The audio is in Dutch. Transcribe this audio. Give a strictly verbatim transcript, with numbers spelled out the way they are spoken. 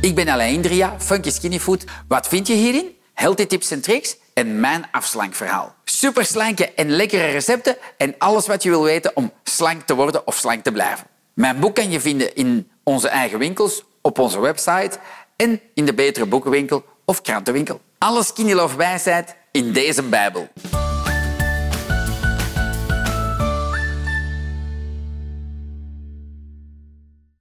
Ik ben Alain Indria, Funky Skinny Food. Wat vind je hierin? Healthy tips en tricks en mijn afslankverhaal. Super slanke en lekkere recepten en alles wat je wil weten om slank te worden of slank te blijven. Mijn boek kan je vinden in onze eigen winkels, op onze website en in de betere boekenwinkel of krantenwinkel. Alle Skinny Love wijsheid in deze Bijbel.